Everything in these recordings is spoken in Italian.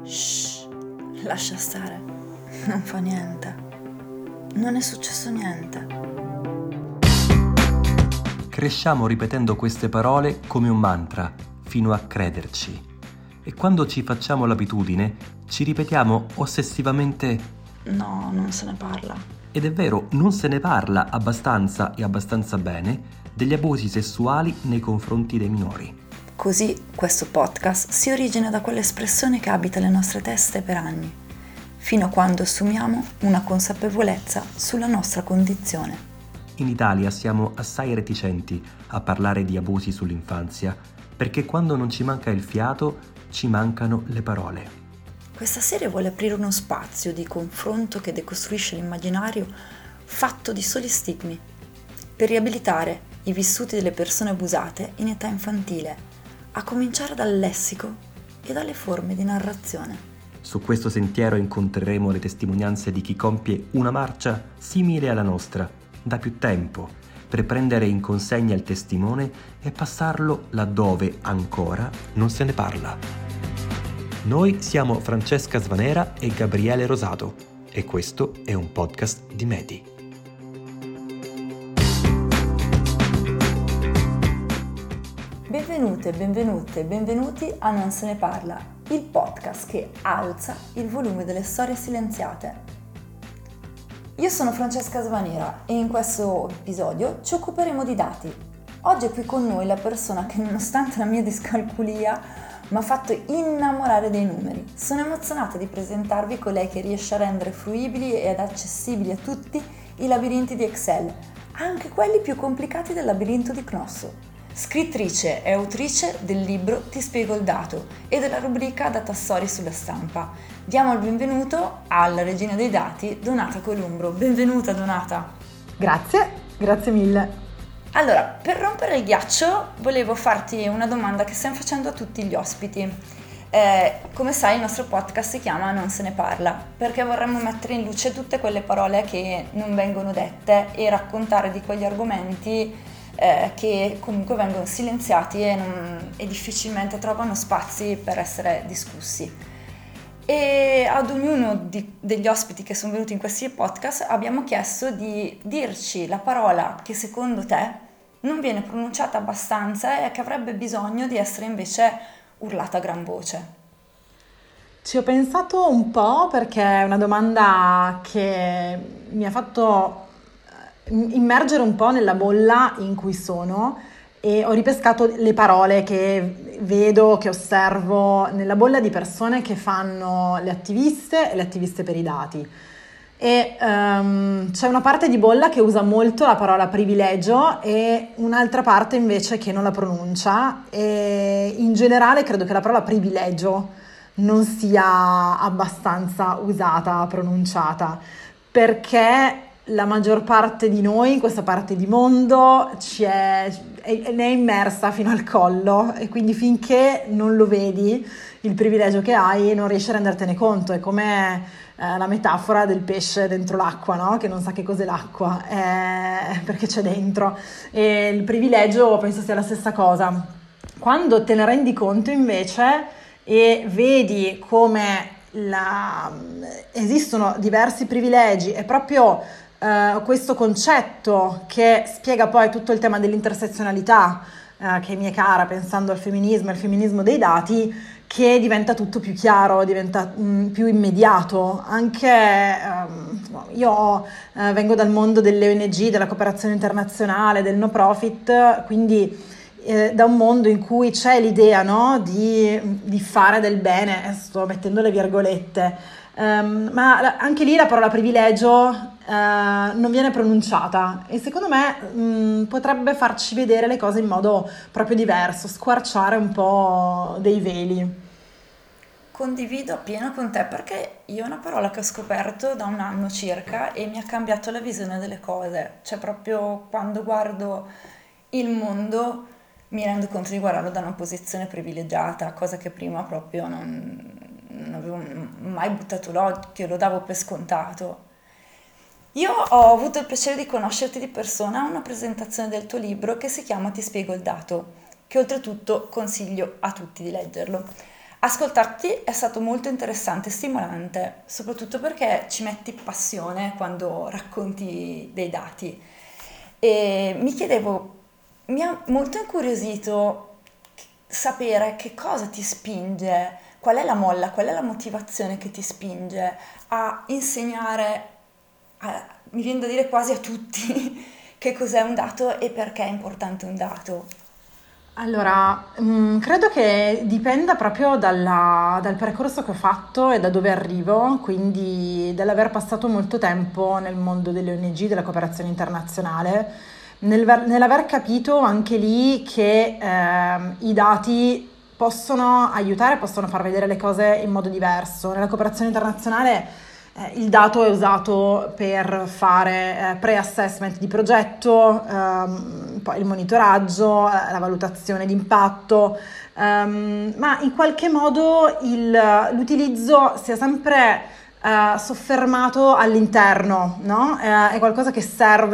Shh, lascia stare, non fa niente, non è successo niente. Cresciamo ripetendo queste parole come un mantra, fino a crederci. E quando ci facciamo l'abitudine, ci ripetiamo ossessivamente: No, non se ne parla. Ed è vero, non se ne parla abbastanza e abbastanza bene degli abusi sessuali nei confronti dei minori. Così questo podcast si origina da quell'espressione che abita le nostre teste per anni, fino a quando assumiamo una consapevolezza sulla nostra condizione. In Italia siamo assai reticenti a parlare di abusi sull'infanzia, perché quando non ci manca il fiato, ci mancano le parole. Questa serie vuole aprire uno spazio di confronto che decostruisce l'immaginario fatto di soli stigmi, per riabilitare i vissuti delle persone abusate in età infantile, a cominciare dal lessico e dalle forme di narrazione. Su questo sentiero incontreremo le testimonianze di chi compie una marcia simile alla nostra, da più tempo, per prendere in consegna il testimone e passarlo laddove ancora non se ne parla. Noi siamo Francesca Svanera e Gabriele Rosato e questo è un podcast di Medi. Benvenute, benvenute, benvenuti a Non se ne parla, il podcast che alza il volume delle storie silenziate. Io sono Francesca Svanera e in questo episodio ci occuperemo di dati. Oggi è qui con noi la persona che, nonostante la mia discalculia, mi ha fatto innamorare dei numeri. Sono emozionata di presentarvi colei che riesce a rendere fruibili ed accessibili a tutti i labirinti di Excel, anche quelli più complicati del labirinto di Cnosso. Scrittrice e autrice del libro Ti spiego il dato e della rubrica Data Story sulla stampa. Diamo il benvenuto alla regina dei dati, Donata Columbro. Benvenuta Donata. Grazie mille. Allora, per rompere il ghiaccio volevo farti una domanda che stiamo facendo a tutti gli ospiti. Come sai, il nostro podcast si chiama Non se ne parla, perché vorremmo mettere in luce tutte quelle parole che non vengono dette e raccontare di quegli argomenti che comunque vengono silenziati e difficilmente trovano spazi per essere discussi. E ad ognuno degli ospiti che sono venuti in questi podcast abbiamo chiesto di dirci la parola che secondo te non viene pronunciata abbastanza e che avrebbe bisogno di essere invece urlata a gran voce. Ci ho pensato un po' perché è una domanda che mi ha fatto immergere un po' nella bolla in cui sono e ho ripescato le parole che vedo, che osservo nella bolla di persone che fanno le attiviste per i dati. E c'è una parte di bolla che usa molto la parola privilegio e un'altra parte invece che non la pronuncia, e in generale credo che la parola privilegio non sia abbastanza usata, pronunciata, perché la maggior parte di noi in questa parte di mondo ne è immersa fino al collo, e quindi finché non lo vedi il privilegio che hai non riesci a rendertene conto. È come la metafora del pesce dentro l'acqua, no? Che non sa che cos'è l'acqua perché c'è dentro, e il privilegio penso sia la stessa cosa. Quando te ne rendi conto invece e vedi come esistono diversi privilegi, e proprio questo concetto che spiega poi tutto il tema dell'intersezionalità, che mi è cara pensando al femminismo e al femminismo dei dati, che diventa tutto più chiaro, diventa più immediato. Anche io vengo dal mondo delle ONG, della cooperazione internazionale, del no profit, quindi da un mondo in cui c'è l'idea, no, di fare del bene, sto mettendo le virgolette, ma anche lì la parola privilegio non viene pronunciata, e secondo me potrebbe farci vedere le cose in modo proprio diverso, squarciare un po' dei veli. Condivido appieno con te, perché io è una parola che ho scoperto da un anno circa e mi ha cambiato la visione delle cose. Cioè, proprio quando guardo il mondo mi rendo conto di guardarlo da una posizione privilegiata, cosa che prima proprio non avevo mai buttato l'occhio, lo davo per scontato. Io ho avuto il piacere di conoscerti di persona a una presentazione del tuo libro che si chiama Ti spiego il dato, che oltretutto consiglio a tutti di leggerlo. Ascoltarti è stato molto interessante e stimolante, soprattutto perché ci metti passione quando racconti dei dati. E mi ha molto incuriosito sapere che cosa ti spinge, qual è la molla, qual è la motivazione che ti spinge a insegnare, mi viene da dire quasi a tutti, che cos'è un dato e perché è importante un dato. Allora, credo che dipenda proprio dal percorso che ho fatto e da dove arrivo, quindi dall'aver passato molto tempo nel mondo delle ONG, della cooperazione internazionale, nell'aver capito anche lì che i dati possono aiutare, possono far vedere le cose in modo diverso. Nella cooperazione internazionale il dato è usato per fare pre-assessment di progetto, poi il monitoraggio, la valutazione di impatto, ma in qualche modo l'utilizzo sia sempre soffermato all'interno, no? È qualcosa che serve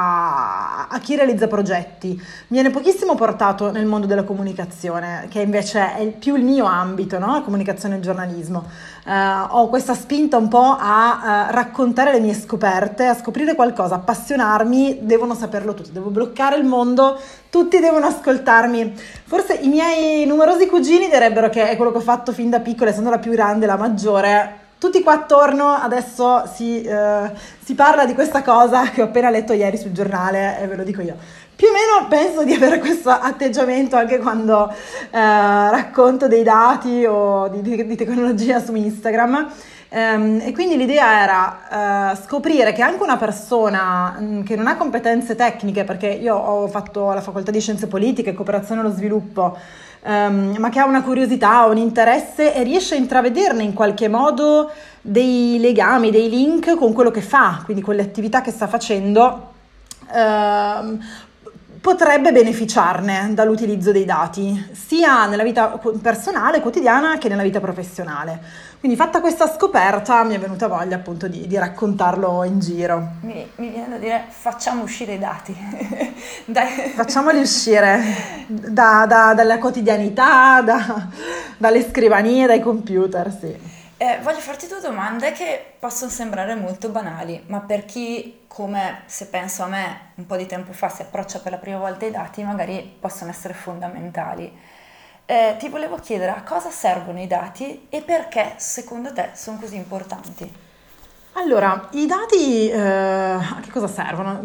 a chi realizza progetti. Mi viene pochissimo portato nel mondo della comunicazione, che invece è più il mio ambito, no? La comunicazione e il giornalismo. Ho questa spinta un po' a raccontare le mie scoperte, a scoprire qualcosa, appassionarmi, devono saperlo tutti, devo bloccare il mondo, tutti devono ascoltarmi. Forse i miei numerosi cugini direbbero che è quello che ho fatto fin da piccola, essendo la più grande, la maggiore. Tutti qua attorno adesso si parla di questa cosa che ho appena letto ieri sul giornale e ve lo dico io. Più o meno penso di avere questo atteggiamento anche quando racconto dei dati o di tecnologia su Instagram. E quindi l'idea era scoprire che anche una persona che non ha competenze tecniche, perché io ho fatto la facoltà di scienze politiche, cooperazione allo sviluppo, ma che ha una curiosità, un interesse e riesce a intravederne in qualche modo dei legami, dei link con quello che fa, quindi con le attività che sta facendo, potrebbe beneficiarne dall'utilizzo dei dati, sia nella vita personale, quotidiana, che nella vita professionale. Quindi fatta questa scoperta mi è venuta voglia appunto di raccontarlo in giro. Mi viene da dire facciamo uscire i dati. Dai. Facciamoli uscire dalla quotidianità, dalle scrivanie, dai computer, sì. Voglio farti due domande che possono sembrare molto banali, ma per chi, come se penso a me, un po' di tempo fa si approccia per la prima volta ai dati, magari possono essere fondamentali. Ti volevo chiedere a cosa servono i dati e perché secondo te sono così importanti? Allora, i dati a che cosa servono?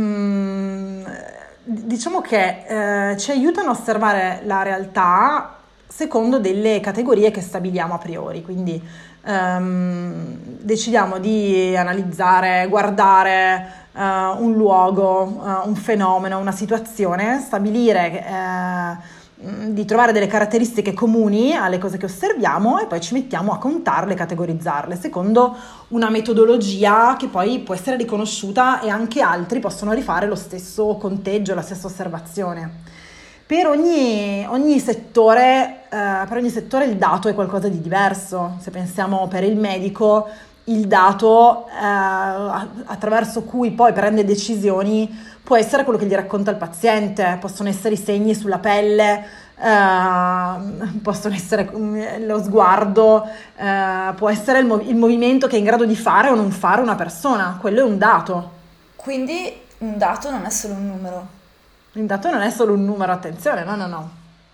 Diciamo che ci aiutano a osservare la realtà secondo delle categorie che stabiliamo a priori, quindi decidiamo di analizzare, guardare un luogo, un fenomeno, una situazione, stabilire di trovare delle caratteristiche comuni alle cose che osserviamo e poi ci mettiamo a contarle, categorizzarle secondo una metodologia che poi può essere riconosciuta e anche altri possono rifare lo stesso conteggio, la stessa osservazione. Per ogni settore il dato è qualcosa di diverso. Se pensiamo per il medico, il dato attraverso cui poi prende decisioni può essere quello che gli racconta il paziente, possono essere i segni sulla pelle, possono essere lo sguardo, può essere il movimento che è in grado di fare o non fare una persona, quello è un dato. Quindi un dato non è solo un numero. Un dato non è solo un numero, attenzione, no.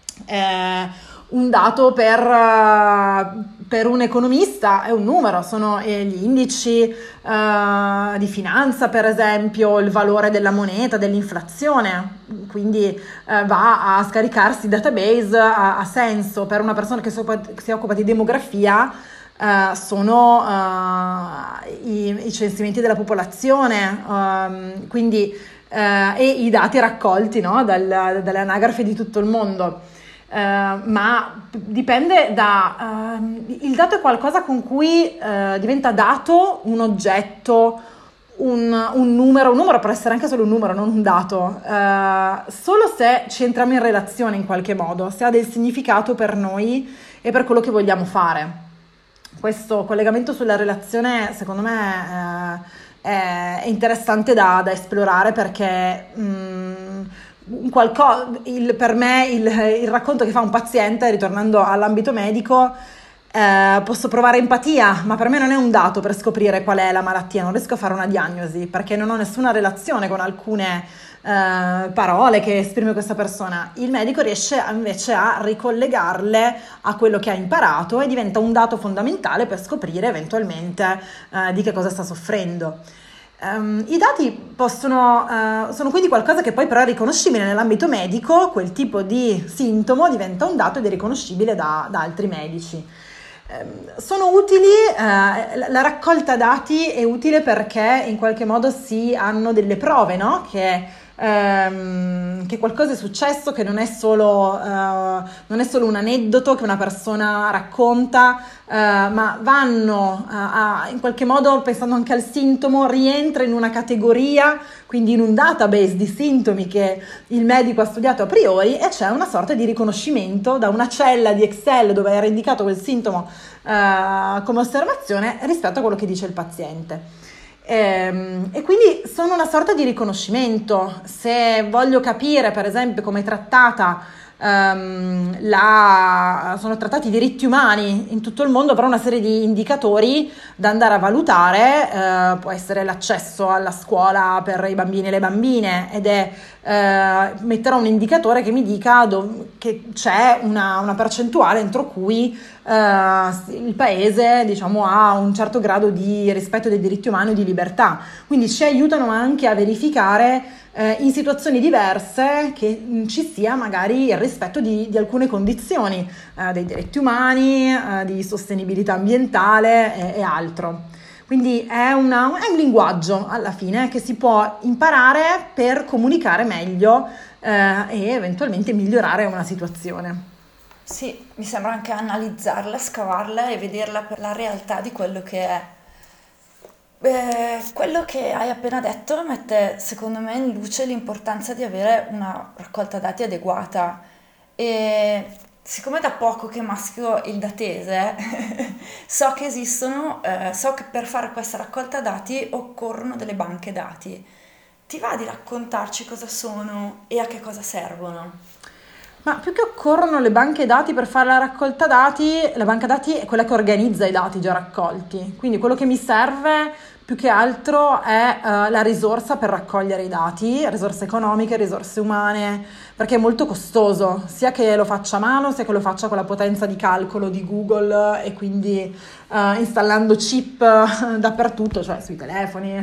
Un dato per un economista è un numero, sono gli indici di finanza, per esempio, il valore della moneta, dell'inflazione, quindi va a scaricarsi il database, ha senso. Per una persona che si occupa di demografia sono i censimenti della popolazione, quindi e i dati raccolti, no, dalle anagrafi di tutto il mondo. Ma dipende il dato è qualcosa con cui diventa dato un oggetto, un numero può essere anche solo un numero, non un dato, solo se ci entriamo in relazione in qualche modo, se ha del significato per noi e per quello che vogliamo fare. Questo collegamento sulla relazione secondo me è interessante da esplorare perché per me il racconto che fa un paziente, ritornando all'ambito medico, posso provare empatia, ma per me non è un dato per scoprire qual è la malattia, non riesco a fare una diagnosi perché non ho nessuna relazione con alcune parole che esprime questa persona. Il medico riesce invece a ricollegarle a quello che ha imparato e diventa un dato fondamentale per scoprire eventualmente di che cosa sta soffrendo. I dati sono quindi qualcosa che poi però è riconoscibile nell'ambito medico. Quel tipo di sintomo diventa un dato ed è riconoscibile da altri medici. Sono utili, la raccolta dati è utile perché in qualche modo si hanno delle prove, no? Che qualcosa è successo, che non è solo un aneddoto che una persona racconta, ma vanno in qualche modo, pensando anche al sintomo, rientra in una categoria, quindi in un database di sintomi che il medico ha studiato a priori, e c'è una sorta di riconoscimento da una cella di Excel dove era indicato quel sintomo come osservazione rispetto a quello che dice il paziente. E quindi sono una sorta di riconoscimento. Se voglio capire, per esempio, come è trattata sono trattati i diritti umani in tutto il mondo, però una serie di indicatori da andare a valutare, può essere l'accesso alla scuola per i bambini e le bambine, ed metterò un indicatore che mi dica che c'è una percentuale entro cui il paese, diciamo, ha un certo grado di rispetto dei diritti umani o di libertà. Quindi ci aiutano anche a verificare in situazioni diverse che ci sia magari il rispetto di alcune condizioni dei diritti umani, di sostenibilità ambientale e altro. Quindi è un linguaggio alla fine che si può imparare per comunicare meglio e eventualmente migliorare una situazione. Sì, mi sembra anche analizzarla, scavarla e vederla per la realtà di quello che è. Quello che hai appena detto mette secondo me in luce l'importanza di avere una raccolta dati adeguata, e siccome da poco che maschio il datese so che so che per fare questa raccolta dati occorrono delle banche dati. Ti va di raccontarci cosa sono e a che cosa servono? Ma più che occorrono le banche dati per fare la raccolta dati, la banca dati è quella che organizza i dati già raccolti, quindi quello che mi serve più che altro è la risorsa per raccogliere i dati, risorse economiche, risorse umane, perché è molto costoso, sia che lo faccia a mano, sia che lo faccia con la potenza di calcolo di Google e quindi installando chip dappertutto, cioè sui telefoni,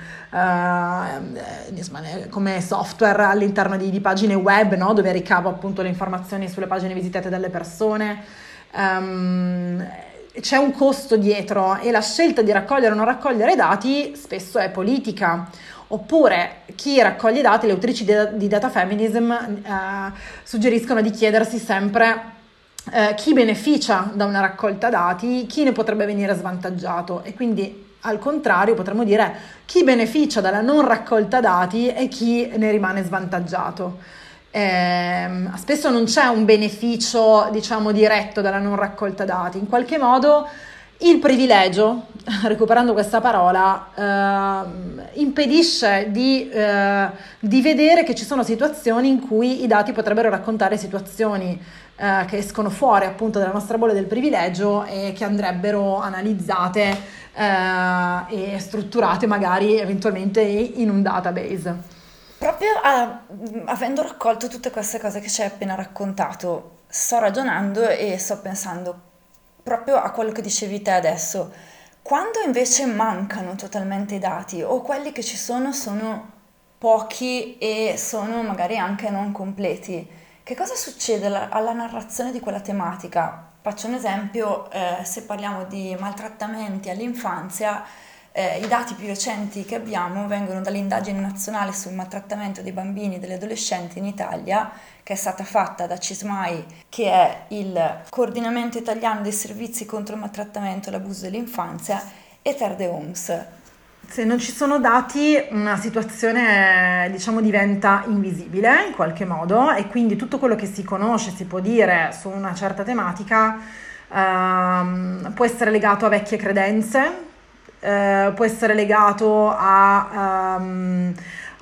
come software all'interno di pagine web, no? Dove ricavo appunto le informazioni sulle pagine visitate dalle persone. C'è un costo dietro e la scelta di raccogliere o non raccogliere dati spesso è politica. Oppure chi raccoglie dati, le autrici di Data Feminism suggeriscono di chiedersi sempre chi beneficia da una raccolta dati, chi ne potrebbe venire svantaggiato, e quindi al contrario potremmo dire chi beneficia dalla non raccolta dati e chi ne rimane svantaggiato. Spesso non c'è un beneficio, diciamo, diretto dalla non raccolta dati. In qualche modo il privilegio, recuperando questa parola, impedisce di vedere che ci sono situazioni in cui i dati potrebbero raccontare situazioni che escono fuori appunto dalla nostra bolla del privilegio e che andrebbero analizzate e strutturate magari eventualmente in un database. Proprio avendo raccolto tutte queste cose che ci hai appena raccontato, sto ragionando e sto pensando proprio a quello che dicevi te adesso. Quando invece mancano totalmente i dati o quelli che ci sono pochi e sono magari anche non completi, che cosa succede alla narrazione di quella tematica? Faccio un esempio, se parliamo di maltrattamenti all'infanzia, i dati più recenti che abbiamo vengono dall'indagine nazionale sul maltrattamento dei bambini e degli adolescenti in Italia, che è stata fatta da CISMAI, che è il Coordinamento Italiano dei Servizi contro il Maltrattamento e l'Abuso dell'Infanzia, e Terre de Homs. Se non ci sono dati, una situazione, diciamo, diventa invisibile in qualche modo, e quindi tutto quello che si conosce, si può dire su una certa tematica, può essere legato a vecchie credenze, può essere legato a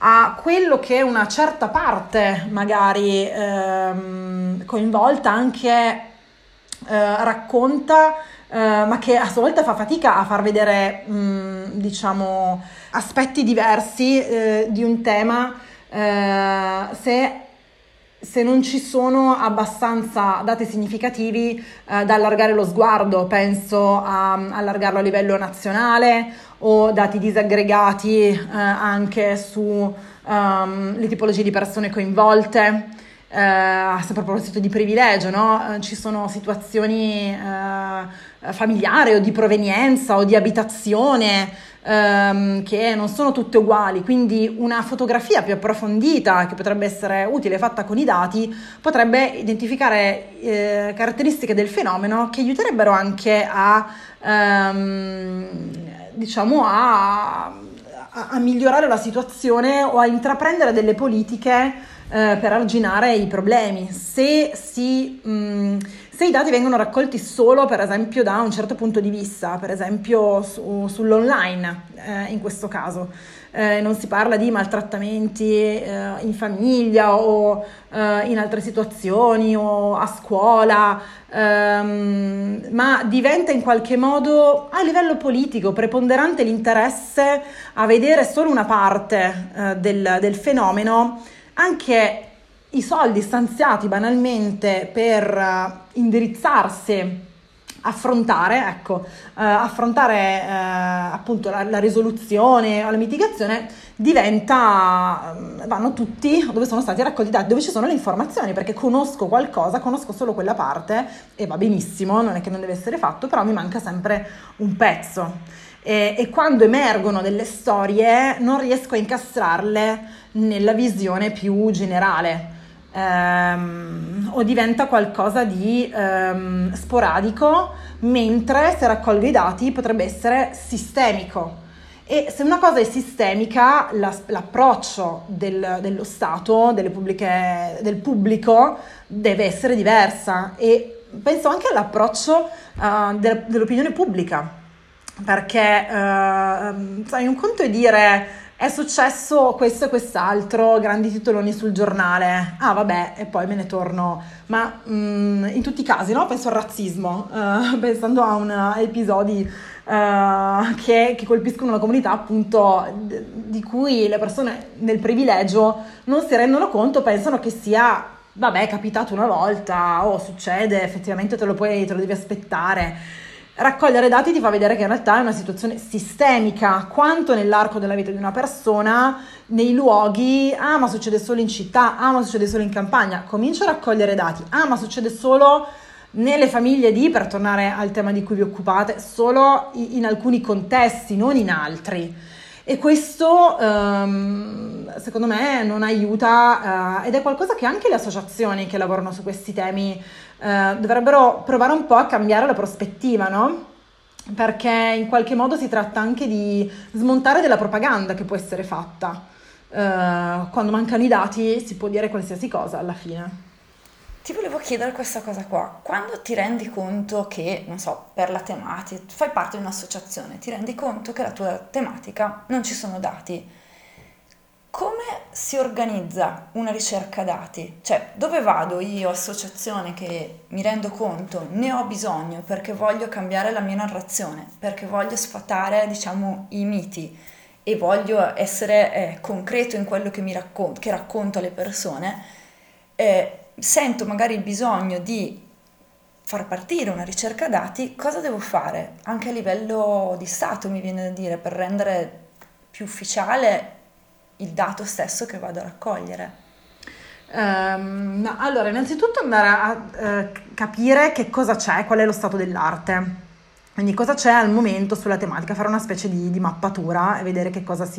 a quello che una certa parte magari coinvolta anche racconta, ma che a sua volta fa fatica a far vedere diciamo aspetti diversi di un tema, se non ci sono abbastanza dati significativi da allargare lo sguardo. Penso a allargarlo a livello nazionale o dati disaggregati anche su le tipologie di persone coinvolte. Sempre a proposito di privilegio, no? Ci sono situazioni familiari o di provenienza o di abitazione che non sono tutte uguali, quindi una fotografia più approfondita che potrebbe essere utile, fatta con i dati, potrebbe identificare caratteristiche del fenomeno che aiuterebbero anche diciamo a migliorare la situazione o a intraprendere delle politiche per arginare i problemi. Se i dati vengono raccolti solo, per esempio, da un certo punto di vista, per esempio sull'online, in questo caso, non si parla di maltrattamenti in famiglia o in altre situazioni o a scuola, ma diventa in qualche modo a livello politico preponderante l'interesse a vedere solo una parte del fenomeno. Anche i soldi stanziati banalmente per indirizzarsi, affrontare appunto la risoluzione o la mitigazione, vanno tutti dove sono stati raccolti i dati, dove ci sono le informazioni, perché conosco qualcosa, conosco solo quella parte e va benissimo, non è che non deve essere fatto, però mi manca sempre un pezzo. E quando emergono delle storie non riesco a incastrarle nella visione più generale, o diventa qualcosa di sporadico, mentre se raccolgo i dati potrebbe essere sistemico. E se una cosa è sistemica, l'approccio dello Stato, del pubblico, deve essere diversa, e penso anche all'approccio dell'opinione pubblica. Perché sai, un conto è dire è successo questo e quest'altro, grandi titoloni sul giornale, vabbè, e poi me ne torno, ma in tutti i casi, no? Penso al razzismo, pensando a episodi che colpiscono una comunità appunto di cui le persone nel privilegio non si rendono conto, pensano che sia, vabbè, è capitato una volta, succede, effettivamente te lo devi aspettare. Raccogliere dati ti fa vedere che in realtà è una situazione sistemica, quanto nell'arco della vita di una persona, nei luoghi, ma succede solo in città, ma succede solo in campagna. Comincio a raccogliere dati, ma succede solo nelle famiglie per tornare al tema di cui vi occupate, solo in alcuni contesti, non in altri. E questo secondo me non aiuta, ed è qualcosa che anche le associazioni che lavorano su questi temi dovrebbero provare un po' a cambiare la prospettiva, no? Perché in qualche modo si tratta anche di smontare della propaganda che può essere fatta. Quando mancano i dati si può dire qualsiasi cosa alla fine. Ti volevo chiedere questa cosa qua. Quando ti rendi conto che, non so, per la tematica, fai parte di un'associazione, ti rendi conto che la tua tematica non ci sono dati, come si organizza una ricerca dati? Cioè, dove vado io, associazione, che mi rendo conto, ne ho bisogno perché voglio cambiare la mia narrazione, perché voglio sfatare, diciamo, i miti e voglio essere concreto in quello che racconto alle persone, sento magari il bisogno di far partire una ricerca dati, cosa devo fare? Anche a livello di Stato, mi viene da dire, per rendere più ufficiale il dato stesso che vado a raccogliere. Allora, innanzitutto andare a capire che cosa c'è, qual è lo stato dell'arte, quindi cosa c'è al momento sulla tematica, fare una specie di mappatura e vedere che cosa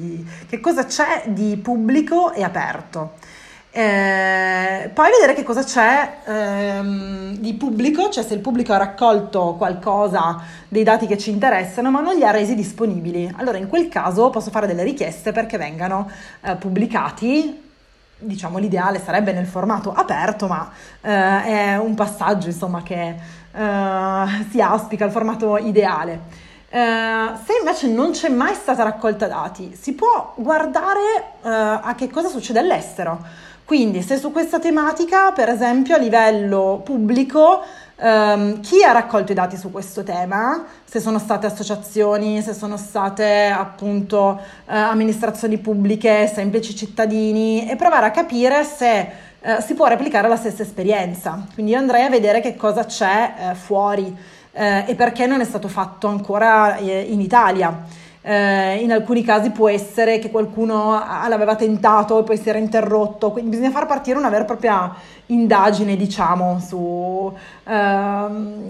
c'è di pubblico e aperto. Poi vedere che cosa c'è di pubblico, cioè se il pubblico ha raccolto qualcosa dei dati che ci interessano ma non li ha resi disponibili. Allora in quel caso posso fare delle richieste perché vengano pubblicati. Diciamo l'ideale sarebbe nel formato aperto, ma è un passaggio insomma che si auspica il formato ideale. Se invece non c'è mai stata raccolta dati, si può guardare a che cosa succede all'estero. Quindi se su questa tematica, per esempio a livello pubblico, chi ha raccolto i dati su questo tema, se sono state associazioni, se sono state appunto amministrazioni pubbliche, semplici cittadini, e provare a capire se si può replicare la stessa esperienza. Quindi io andrei a vedere che cosa c'è fuori e perché non è stato fatto ancora in Italia. In alcuni casi può essere che qualcuno l'aveva tentato e poi si era interrotto, quindi bisogna far partire una vera e propria indagine, diciamo, alla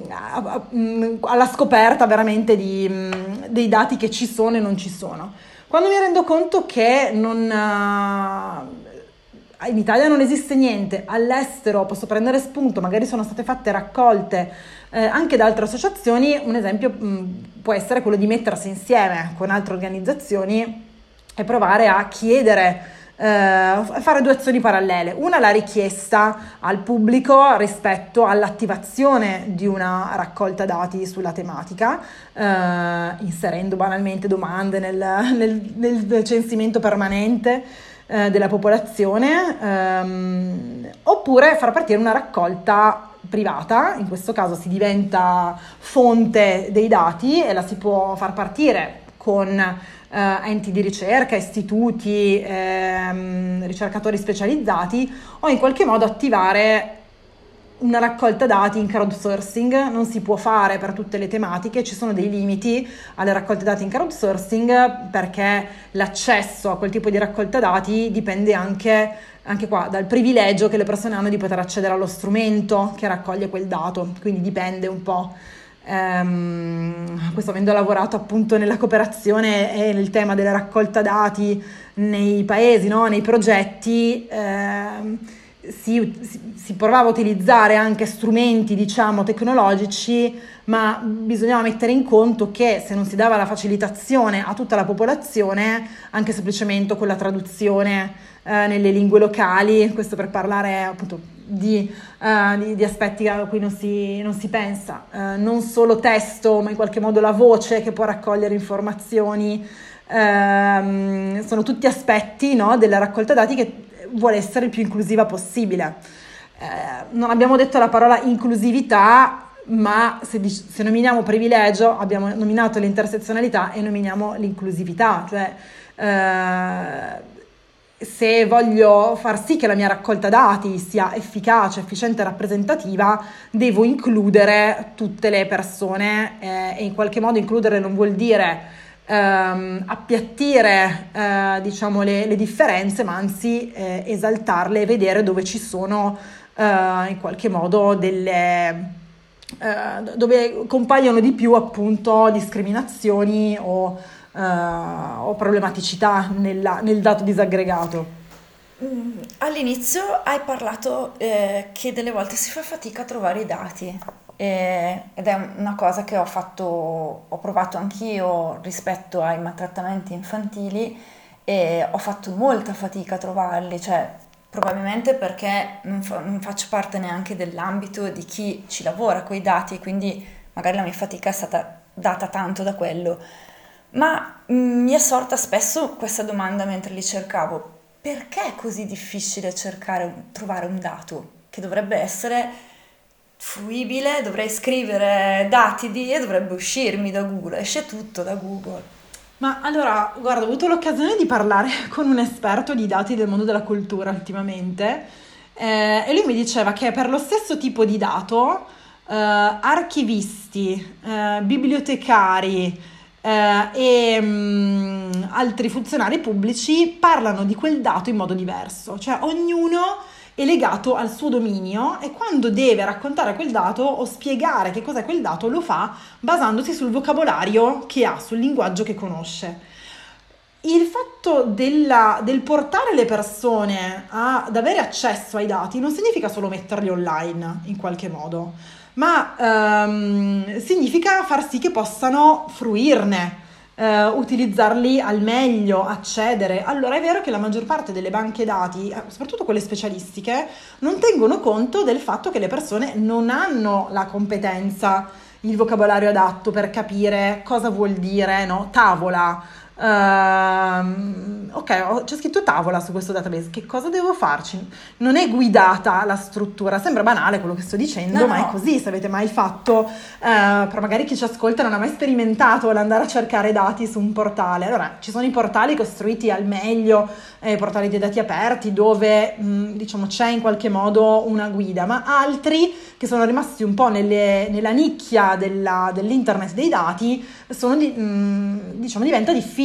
scoperta veramente dei dati che ci sono e non ci sono. Quando mi rendo conto che in Italia non esiste niente, all'estero posso prendere spunto, magari sono state fatte raccolte anche da altre associazioni, un esempio può essere quello di mettersi insieme con altre organizzazioni e provare a chiedere, fare due azioni parallele. Una, la richiesta al pubblico rispetto all'attivazione di una raccolta dati sulla tematica, inserendo banalmente domande nel censimento permanente della popolazione, oppure far partire una raccolta privata. In questo caso si diventa fonte dei dati e la si può far partire con enti di ricerca, istituti, ricercatori specializzati, o in qualche modo attivare una raccolta dati in crowdsourcing. Non si può fare per tutte le tematiche, ci sono dei limiti alle raccolte dati in crowdsourcing, perché l'accesso a quel tipo di raccolta dati dipende anche qua dal privilegio che le persone hanno di poter accedere allo strumento che raccoglie quel dato, quindi dipende un po'. Questo, avendo lavorato appunto nella cooperazione e nel tema della raccolta dati nei paesi, no? Nei progetti, si provava a utilizzare anche strumenti, diciamo, tecnologici, ma bisognava mettere in conto che se non si dava la facilitazione a tutta la popolazione, anche semplicemente con la traduzione nelle lingue locali, questo per parlare appunto di aspetti a cui non si pensa, non solo testo, ma in qualche modo la voce che può raccogliere informazioni, sono tutti aspetti, no, della raccolta dati che vuole essere il più inclusiva possibile. Non abbiamo detto la parola inclusività, ma se nominiamo privilegio abbiamo nominato l'intersezionalità e nominiamo l'inclusività, cioè se voglio far sì che la mia raccolta dati sia efficace, efficiente e rappresentativa, devo includere tutte le persone, e in qualche modo includere non vuol dire appiattire diciamo le differenze, ma anzi esaltarle e vedere dove ci sono in qualche modo dove compaiono di più appunto discriminazioni o problematicità nel dato disaggregato. All'inizio hai parlato che delle volte si fa fatica a trovare i dati, ed è una cosa che ho provato anch'io rispetto ai maltrattamenti infantili, e ho fatto molta fatica a trovarli, cioè probabilmente perché non faccio parte neanche dell'ambito di chi ci lavora con i dati, e quindi magari la mia fatica è stata data tanto da quello. Ma mi è sorta spesso questa domanda mentre li cercavo: perché è così difficile trovare un dato che dovrebbe essere fruibile? Dovrei scrivere dati e dovrebbe uscirmi da Google, esce tutto da Google. Ma allora, guarda, ho avuto l'occasione di parlare con un esperto di dati del mondo della cultura ultimamente, e lui mi diceva che per lo stesso tipo di dato archivisti, bibliotecari e altri funzionari pubblici parlano di quel dato in modo diverso, cioè ognuno è legato al suo dominio, e quando deve raccontare quel dato o spiegare che cos'è quel dato lo fa basandosi sul vocabolario che ha, sul linguaggio che conosce. Il fatto del portare le persone ad avere accesso ai dati non significa solo metterli online in qualche modo, ma significa far sì che possano fruirne, utilizzarli al meglio, accedere. Allora è vero che la maggior parte delle banche dati, soprattutto quelle specialistiche, non tengono conto del fatto che le persone non hanno la competenza il vocabolario adatto per capire cosa vuol dire, no? Tavola. Ok, c'è scritto tavola su questo database, che cosa devo farci? Non è guidata la struttura, sembra banale quello che sto dicendo, ma è così. Se avete mai fatto, però magari chi ci ascolta non ha mai sperimentato l'andare a cercare dati su un portale. Allora, ci sono i portali costruiti al meglio, portali dei dati aperti, dove diciamo c'è in qualche modo una guida, ma altri che sono rimasti un po' nella nicchia dell'internet dei dati, diciamo diventa difficile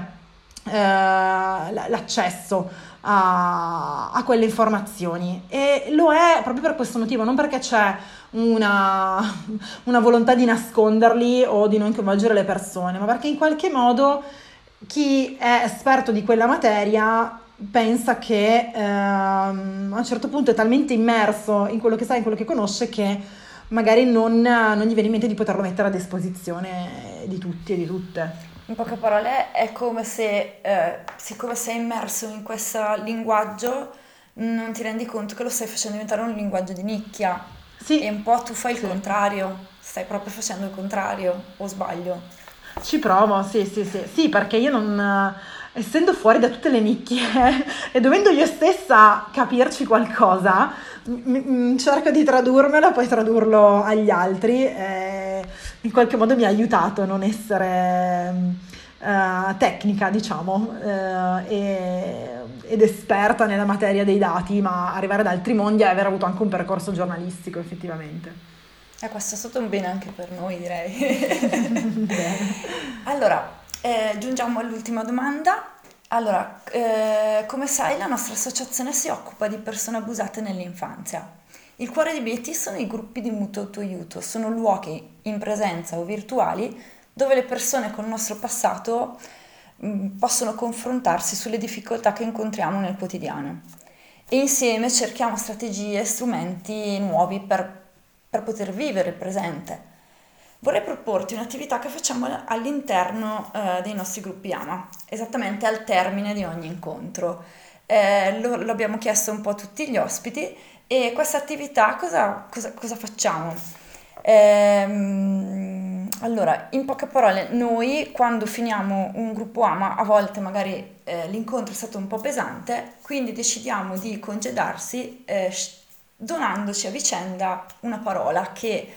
l'accesso a quelle informazioni, e lo è proprio per questo motivo, non perché c'è una volontà di nasconderli o di non coinvolgere le persone, ma perché in qualche modo chi è esperto di quella materia pensa che a un certo punto è talmente immerso in quello che sa, in quello che conosce, che magari non gli viene in mente di poterlo mettere a disposizione di tutti e di tutte. In poche parole è come se, siccome sei immerso in questo linguaggio, non ti rendi conto che lo stai facendo diventare un linguaggio di nicchia. Sì. E un po' tu fai il contrario, stai proprio facendo il contrario, o sbaglio? Ci provo, sì, perché io non, essendo fuori da tutte le nicchie e dovendo io stessa capirci qualcosa, cerco di tradurmelo, poi tradurlo agli altri, in qualche modo mi ha aiutato a non essere tecnica, diciamo, ed esperta nella materia dei dati, ma arrivare da altri mondi e aver avuto anche un percorso giornalistico, effettivamente. Questo è stato un bene anche per noi, direi. Allora, giungiamo all'ultima domanda. Allora, come sai, la nostra associazione si occupa di persone abusate nell'infanzia. Il cuore di Betty sono i gruppi di mutuo autoaiuto, sono luoghi in presenza o virtuali dove le persone con il nostro passato possono confrontarsi sulle difficoltà che incontriamo nel quotidiano. E insieme cerchiamo strategie e strumenti nuovi per poter vivere il presente. Vorrei proporti un'attività che facciamo all'interno dei nostri gruppi AMA, esattamente al termine di ogni incontro. Lo abbiamo chiesto un po' a tutti gli ospiti, e questa attività cosa facciamo? Allora, in poche parole, noi quando finiamo un gruppo AMA, a volte magari l'incontro è stato un po' pesante, quindi decidiamo di congedarsi donandoci a vicenda una parola che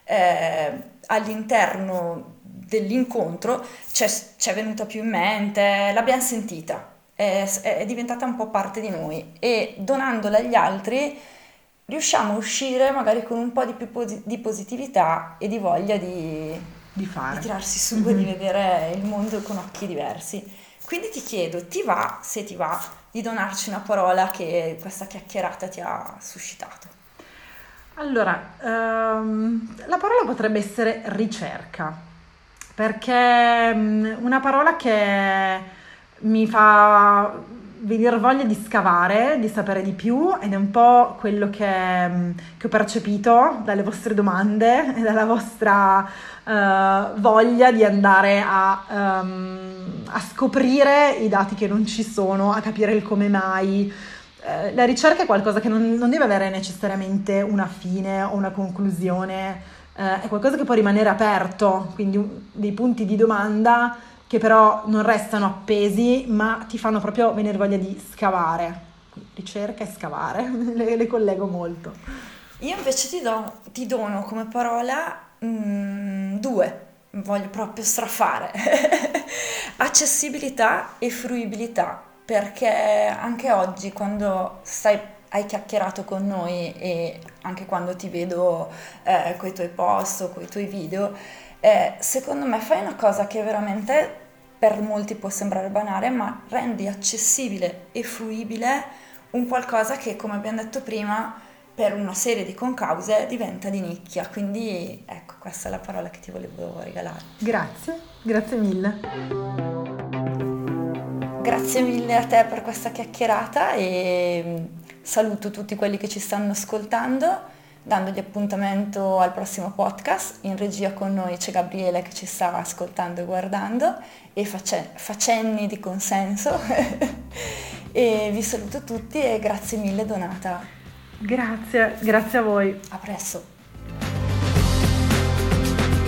all'interno dell'incontro ci è venuta più in mente, l'abbiamo sentita, è diventata un po' parte di noi, e donandola agli altri riusciamo a uscire magari con un po' di più di positività e di voglia di tirarsi su e di vedere il mondo con occhi diversi. Quindi ti chiedo, se ti va, di donarci una parola che questa chiacchierata ti ha suscitato? Allora, la parola potrebbe essere ricerca, perché è una parola che mi fa venire voglia di scavare, di sapere di più, ed è un po' quello che ho percepito dalle vostre domande e dalla vostra voglia di andare a scoprire i dati che non ci sono, a capire il come mai. La ricerca è qualcosa che non deve avere necessariamente una fine o una conclusione, è qualcosa che può rimanere aperto, quindi dei punti di domanda che però non restano appesi, ma ti fanno proprio venire voglia di scavare. Ricerca e scavare, le collego molto. Io invece ti dono come parola due, voglio proprio strafare. Accessibilità e fruibilità, perché anche oggi quando hai chiacchierato con noi, e anche quando ti vedo con i tuoi post o con i tuoi video, secondo me fai una cosa che veramente per molti può sembrare banale, ma rendi accessibile e fruibile un qualcosa che, come abbiamo detto prima, per una serie di concause diventa di nicchia. Quindi ecco, questa è la parola che ti volevo regalare. Grazie mille. Grazie mille a te per questa chiacchierata, e saluto tutti quelli che ci stanno ascoltando, dandogli appuntamento al prossimo podcast. In regia con noi c'è Gabriele che ci sta ascoltando e guardando e facenni di consenso. E vi saluto tutti e grazie mille Donata. Grazie a voi. A presto.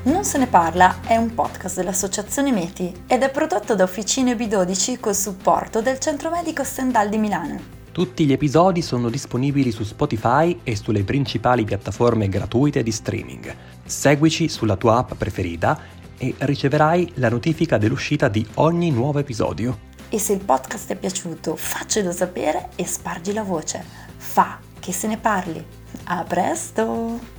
Non se ne parla è un podcast dell'Associazione Meti ed è prodotto da Officine B12 col supporto del Centro Medico Stendhal di Milano. Tutti gli episodi sono disponibili su Spotify e sulle principali piattaforme gratuite di streaming. Seguici sulla tua app preferita e riceverai la notifica dell'uscita di ogni nuovo episodio. E se il podcast ti è piaciuto, faccelo sapere e spargi la voce. Fa che se ne parli. A presto!